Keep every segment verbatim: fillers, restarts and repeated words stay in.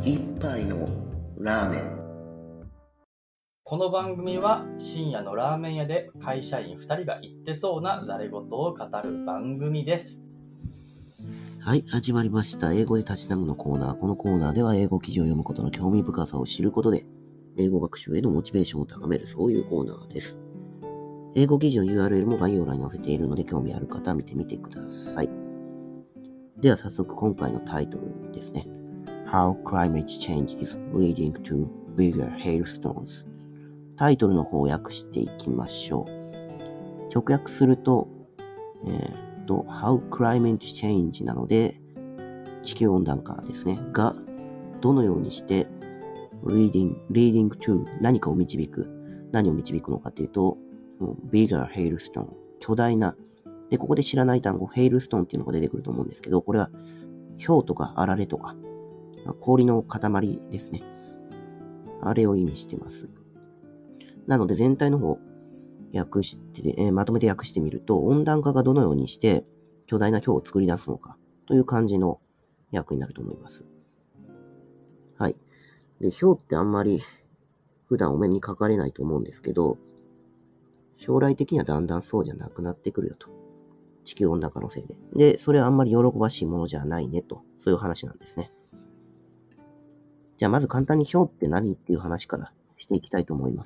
一杯のラーメン。 この番組は深夜のラーメン屋で会社員ふたりが言ってそうなざれ言を語る番組です。 はい、始まりました。英語でたしなむのコーナー。このコーナーでは英語記事を読むことの興味深さを知ることで、英語学習へのモチベーションを高める、そういうコーナーです。英語記事の ユーアールエル も概要欄に載せているので、興味ある方は見てみてください。では早速今回のタイトルですね。How Climate Change is Leading to Bigger Hailstones。タイトルの方を訳していきましょう。直訳すると、えー、と How Climate Change なので、地球温暖化ですね。が、どのようにして、leading, leading to 何かを導く。何を導くのかというと、bigger hailstone 巨大な。で、ここで知らない単語、hailstone っていうのが出てくると思うんですけど、これは、氷とかあられとか、氷の塊ですね。あれを意味してます。なので、全体の方、訳して、えー、まとめて訳してみると、温暖化がどのようにして巨大な氷を作り出すのかという感じの訳になると思います。はい。で、氷ってあんまり普段お目にかかれないと思うんですけど、将来的にはだんだんそうじゃなくなってくるよと。地球温暖化のせいで。で、それはあんまり喜ばしいものじゃないねと。そういう話なんですね。じゃあまず簡単に氷って何っていう話からしていきたいと思います。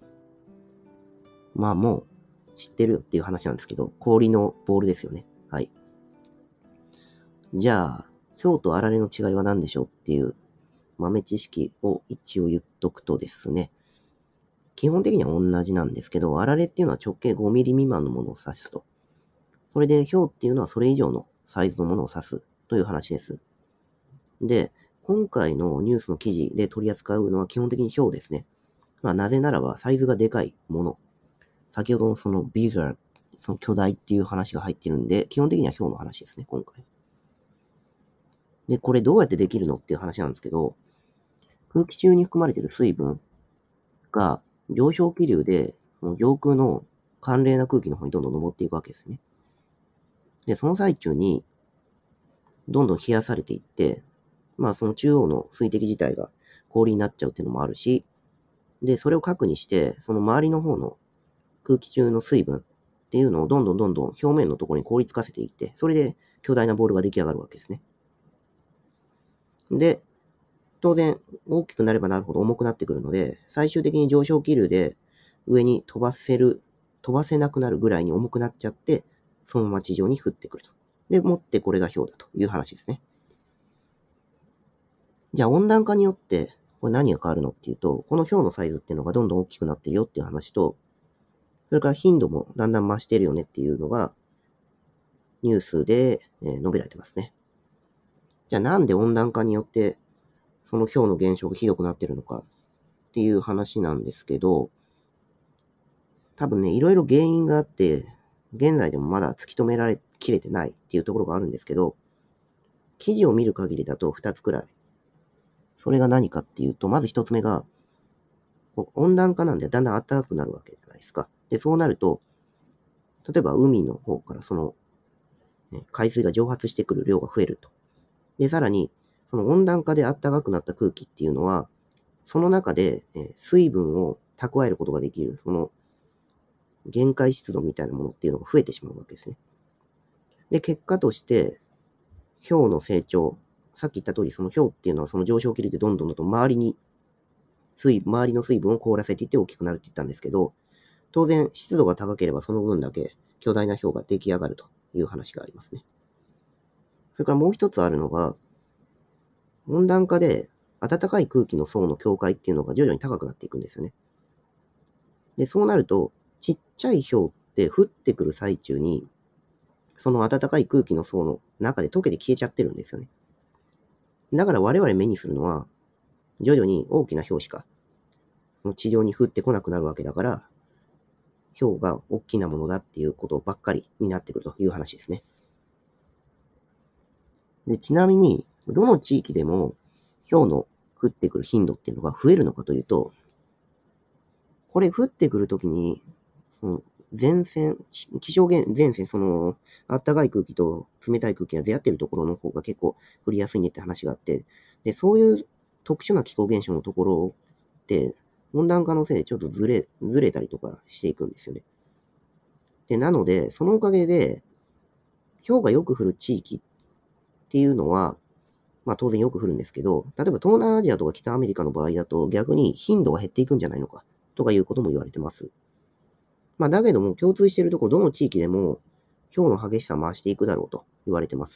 まあもう知ってるよっていう話なんですけど、氷のボールですよね。はい。じゃあ、氷とあられの違いは何でしょうっていう豆知識を一応言っとくとですね、基本的には同じなんですけど、あられっていうのは直径ごミリ未満のものを指すと。それで氷っていうのはそれ以上のサイズのものを指すという話です。で、今回のニュースの記事で取り扱うのは基本的に氷ですね。まあなぜならばサイズがでかいもの。先ほどのその bigger、その巨大っていう話が入っているんで、基本的には氷の話ですね、今回。で、これどうやってできるのっていう話なんですけど、空気中に含まれている水分が上昇気流で上空の寒冷な空気の方にどんどん上っていくわけですね。で、その最中にどんどん冷やされていって、まあその中央の水滴自体が氷になっちゃうっていうのもあるし、で、それを核にして、その周りの方の空気中の水分っていうのをどんどんどんどん表面のところに凍りつかせていって、それで巨大なボールが出来上がるわけですね。で、当然大きくなればなるほど重くなってくるので、最終的に上昇気流で上に飛ばせる、飛ばせなくなるぐらいに重くなっちゃって、そのまま地上に降ってくると。で、もってこれが氷だという話ですね。じゃあ温暖化によってこれ何が変わるのっていうと、この氷のサイズっていうのがどんどん大きくなってるよっていう話と、それから頻度もだんだん増してるよねっていうのがニュースで述べられてますね。じゃあなんで温暖化によってその氷の現象がひどくなってるのかっていう話なんですけど、多分ね、いろいろ原因があって、現在でもまだ突き止められきれてないっていうところがあるんですけど、記事を見る限りだとふたつくらい。それが何かっていうと、まずひとつめが、温暖化なんでだんだん暖かくなるわけじゃないですか。で、そうなると、例えば海の方からその、海水が蒸発してくる量が増えると。で、さらに、その温暖化で暖かくなった空気っていうのは、その中で水分を蓄えることができる、その限界湿度みたいなものっていうのが増えてしまうわけですね。で、結果として、氷の成長、さっき言った通り、その氷っていうのはその上昇気流でどんどんどんどん周りに水、周りの水分を凍らせていって大きくなるって言ったんですけど、当然湿度が高ければその分だけ巨大な氷が出来上がるという話がありますね。それからもう一つあるのが、温暖化で暖かい空気の層の境界っていうのが徐々に高くなっていくんですよね。で、そうなると、ちっちゃい氷って降ってくる最中に、その暖かい空気の層の中で溶けて消えちゃってるんですよね。だから我々目にするのは、徐々に大きな氷しか地上に降ってこなくなるわけだから、氷が大きなものだっていうことばっかりになってくるという話ですね。で、ちなみに、どの地域でも氷の降ってくる頻度っていうのが増えるのかというと、これ降ってくるときに、その前線、気象前線、その、暖かい空気と冷たい空気が出会っているところの方が結構降りやすいねって話があって、で、そういう特殊な気候現象のところって、温暖化のせいでちょっとずれ、ずれたりとかしていくんですよね。で、なので、そのおかげで、氷がよく降る地域っていうのは、まあ当然よく降るんですけど、例えば東南アジアとか北アメリカの場合だと逆に頻度が減っていくんじゃないのかとかいうことも言われてます。まあだけども共通しているところ、どの地域でも氷の激しさを増していくだろうと言われてます。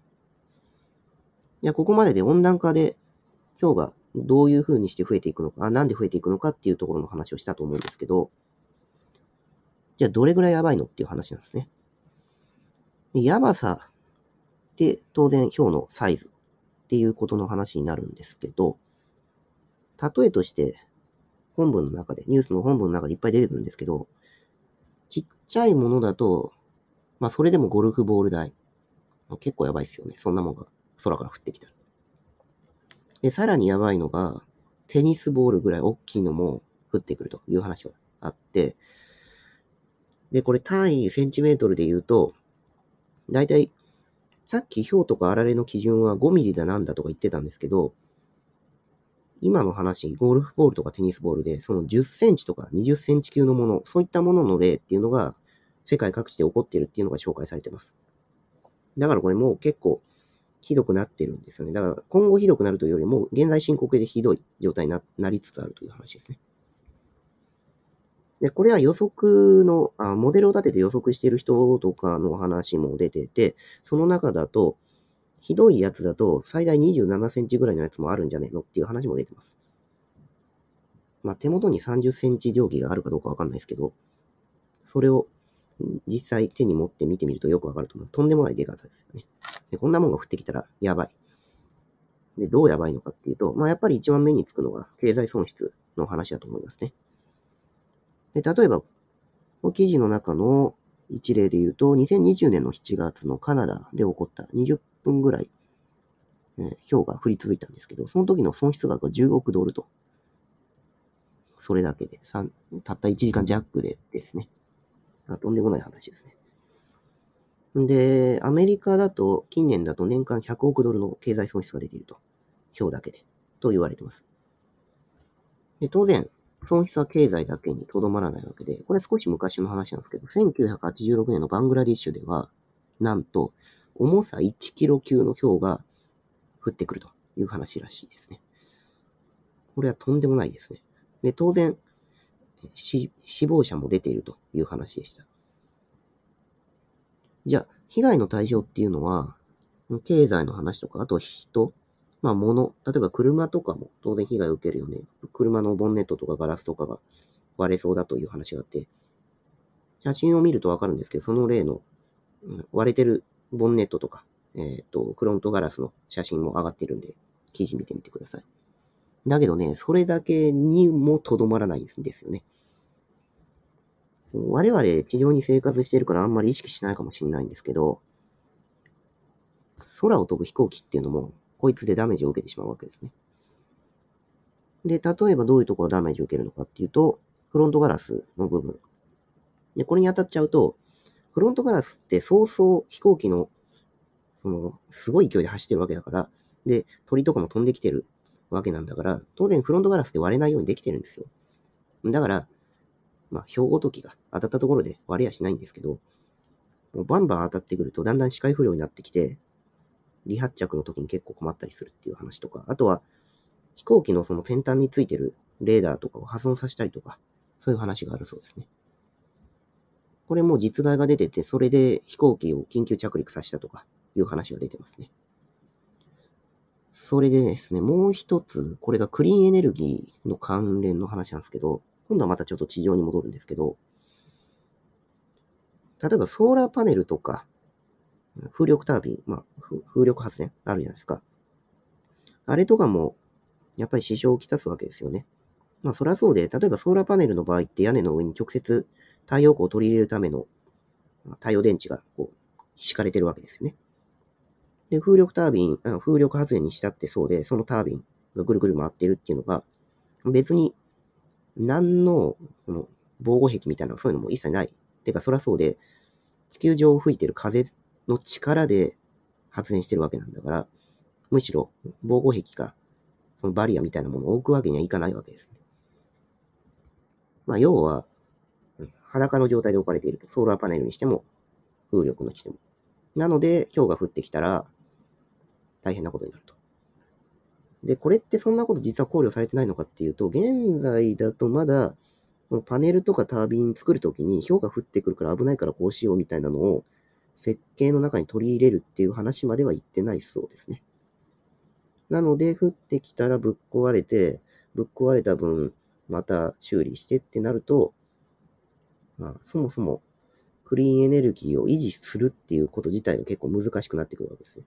じゃあここまでで温暖化で氷がどういう風にして増えていくのか、あ、なんで増えていくのかっていうところの話をしたと思うんですけど、じゃあどれぐらいやばいのっていう話なんですね。で、やばさって当然氷のサイズっていうことの話になるんですけど、例えとして本文の中で、ニュースの本文の中でいっぱい出てくるんですけど、ちっちゃいものだと、まあそれでもゴルフボール台。結構やばいっすよね。そんなもんが空から降ってきたら。で、さらにやばいのが、テニスボールぐらい大きいのも降ってくるという話があって、で、これ単位センチメートルで言うと、だいたいさっき氷とかあられの基準はごミリだなんだとか言ってたんですけど、今の話、ゴルフボールとかテニスボールで、そのじゅっセンチとかにじゅっセンチ級のもの、そういったものの例っていうのが、世界各地で起こっているっていうのが紹介されてます。だからこれもう結構ひどくなってるんですよね。だから今後ひどくなるというよりも、現在進行形でひどい状態に な, なりつつあるという話ですね。で、これは予測のあ、モデルを立てて予測している人とかの話も出てて、その中だと、ひどいやつだと最大にじゅうななセンチぐらいのやつもあるんじゃねえのっていう話も出てます。まあ手元にさんじゅっセンチ定規があるかどうかわかんないですけど、それを実際手に持って見てみるとよくわかると思う。とんでもないデカさですよね。で、こんなもんが降ってきたらやばい。で、どうやばいのかっていうと、まあやっぱり一番目につくのが経済損失の話だと思いますね。で、例えば、記事の中の一例で言うと、にせんにじゅうねんのしちがつのカナダで起こったにじゅっぷんぐらい、えー、氷が降り続いたんですけど、その時の損失額がじゅうおくドルと。それだけで、たったいちじかん弱でですね。とんでもない話ですね。で、アメリカだと、近年だと年間ひゃくおくドルの経済損失が出ていると。氷だけで。と言われています。で、当然、損失は経済だけにとどまらないわけで、これ少し昔の話なんですけど、せんきゅうひゃくはちじゅうろくねんのバングラディッシュでは、なんと、重さいちキロ級の氷が降ってくるという話らしいですね。これはとんでもないですね。で、当然、死亡者も出ているという話でした。じゃあ、被害の対象っていうのは、経済の話とか、あと人、まあ物、例えば車とかも当然被害を受けるよね。車のボンネットとかガラスとかが割れそうだという話があって、写真を見るとわかるんですけど、その例の、うん、割れてるボンネットとか、えっと、フロントガラスの写真も上がってるんで、記事見てみてください。だけどね、それだけにもとどまらないんですよね。我々地上に生活しているからあんまり意識しないかもしれないんですけど、空を飛ぶ飛行機っていうのも、こいつでダメージを受けてしまうわけですね。で、例えばどういうところダメージを受けるのかっていうと、フロントガラスの部分。で、これに当たっちゃうと、フロントガラスって早々飛行機の、その、すごい勢いで走ってるわけだから、で、鳥とかも飛んできてるわけなんだから、当然フロントガラスって割れないようにできてるんですよ。だから、まあ、氷ごときが当たったところで割れやしないんですけど、もうバンバン当たってくるとだんだん視界不良になってきて、離発着の時に結構困ったりするっていう話とか、あとは飛行機のその先端についてるレーダーとかを破損させたりとか、そういう話があるそうですね。これも実害が出てて、それで飛行機を緊急着陸させたとかいう話が出てますね。それでですね、もう一つ、これがクリーンエネルギーの関連の話なんですけど、今度はまたちょっと地上に戻るんですけど、例えばソーラーパネルとか、風力タービン、まあ、風力発電あるじゃないですか。あれとかも、やっぱり支障をきたすわけですよね。まあ、そりゃそうで、例えばソーラーパネルの場合って屋根の上に直接太陽光を取り入れるための太陽電池がこう敷かれてるわけですよね。で、風力タービン、風力発電にしたってそうで、そのタービンがぐるぐる回ってるっていうのが、別に何のその防護壁みたいなそういうのも一切ない。てか、そりゃそうで、地球上を吹いてる風の力で発電してるわけなんだから、むしろ防護壁がそのバリアみたいなものを置くわけにはいかないわけですね。まあ、要は、裸の状態で置かれていると。ソーラーパネルにしても、風力のにしても。なので、氷が降ってきたら、大変なことになると。で、これってそんなこと実は考慮されてないのかっていうと、現在だとまだ、パネルとかタービン作るときに、氷が降ってくるから危ないからこうしようみたいなのを、設計の中に取り入れるっていう話までは言ってないそうですね。なので、降ってきたらぶっ壊れて、ぶっ壊れた分、また修理してってなると、まあ、そもそもクリーンエネルギーを維持するっていうこと自体が結構難しくなってくるわけですね。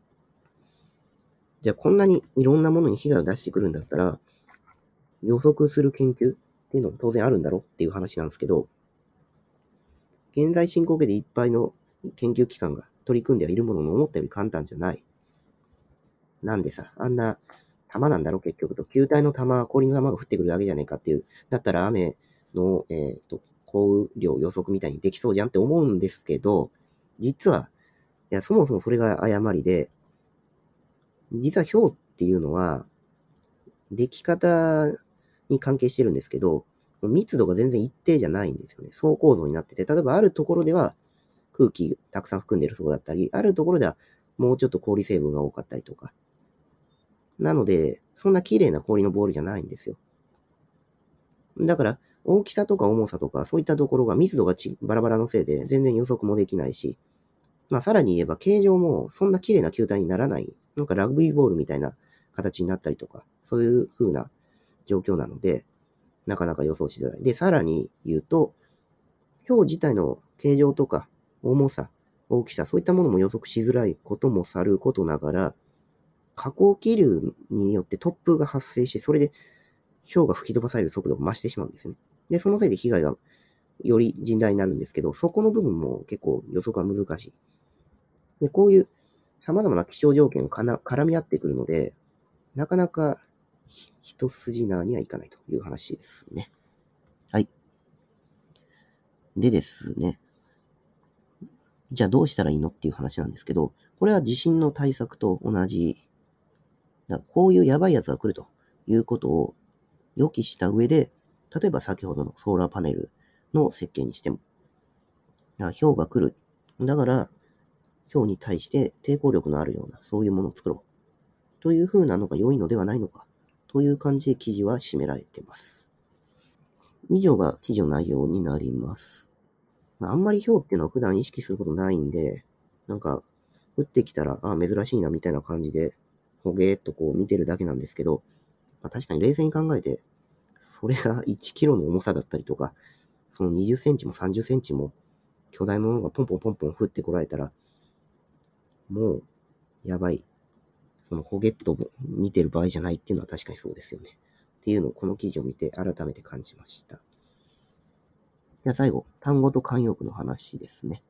じゃあこんなにいろんなものに被害を出してくるんだったら、予測する研究っていうのも当然あるんだろうっていう話なんですけど、現在進行形でいっぱいの研究機関が取り組んではいるものの思ったより簡単じゃない。なんでさ、あんな玉なんだろう結局と。球体の玉、氷の玉が降ってくるだけじゃねえかっていう。だったら雨の、えー、と降雨量予測みたいにできそうじゃんって思うんですけど、実は、いや、そもそもそれが誤りで、実は氷っていうのは、出来方に関係してるんですけど、密度が全然一定じゃないんですよね。層構造になってて、例えばあるところでは空気たくさん含んでる層だったり、あるところではもうちょっと氷成分が多かったりとか。なので、そんな綺麗な氷のボールじゃないんですよ。だから、大きさとか重さとか、そういったところが密度がちバラバラのせいで全然予測もできないし、まあさらに言えば形状もそんな綺麗な球体にならない、なんかラグビーボールみたいな形になったりとか、そういう風な状況なので、なかなか予想しづらい。で、さらに言うと、氷自体の形状とか重さ、大きさ、そういったものも予測しづらいこともさることながら、下降気流によって突風が発生して、それで氷が吹き飛ばされる速度が増してしまうんですよね。で、そのせいで被害がより甚大になるんですけど、そこの部分も結構予測は難しい。で、こういう様々な気象条件が絡み合ってくるので、なかなか一筋縄にはいかないという話ですね。はい。でですね。じゃあどうしたらいいのっていう話なんですけど、これは地震の対策と同じ、こういうやばいやつが来るということを予期した上で、例えば先ほどのソーラーパネルの設計にしても、氷が来る。だから、氷に対して抵抗力のあるような、そういうものを作ろう。という風なのが良いのではないのか。という感じで記事は締められています。以上が記事の内容になります。あんまり氷っていうのは普段意識することないんで、なんか、降ってきたら、あ、珍しいなみたいな感じで、ほげーっとこう見てるだけなんですけど、まあ、確かに冷静に考えて、それがいちキロの重さだったりとか、そのにじゅっセンチもさんじゅっセンチも巨大なものがポンポンポンポン降ってこられたら、もう、やばい。そのほげっと見てる場合じゃないっていうのは確かにそうですよね。っていうのをこの記事を見て改めて感じました。じゃあ最後、単語と慣用句の話ですね。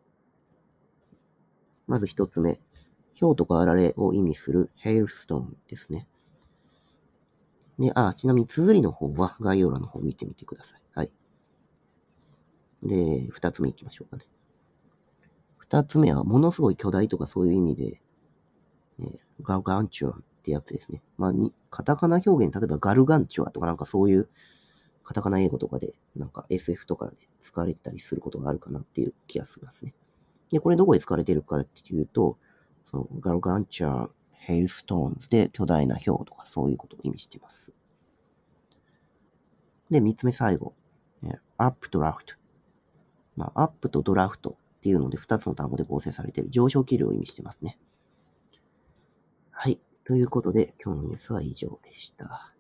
まず一つ目、氷とかあられを意味する hailstone ですね。で、あ、ちなみに綴りの方は概要欄の方を見てみてください。はい。で、二つ目いきましょうかね。二つ目はものすごい巨大とかそういう意味で、えー、ガガンチュアってやつですね。まあに、カタカナ表現、例えばガルガンチュアとかなんかそういうカタカナ英語とかで、なんか エスエフ とかで使われてたりすることがあるかなっていう気がしますね。で、これどこで使われているかっていうと、そのガルガンチュア、ヘイルストーンズで巨大な氷とかそういうことを意味しています。で、三つ目最後、アップドラフト。まあ、アップとドラフトっていうので二つの単語で構成されている上昇気流を意味してますね。はい。ということで、今日のニュースは以上でした。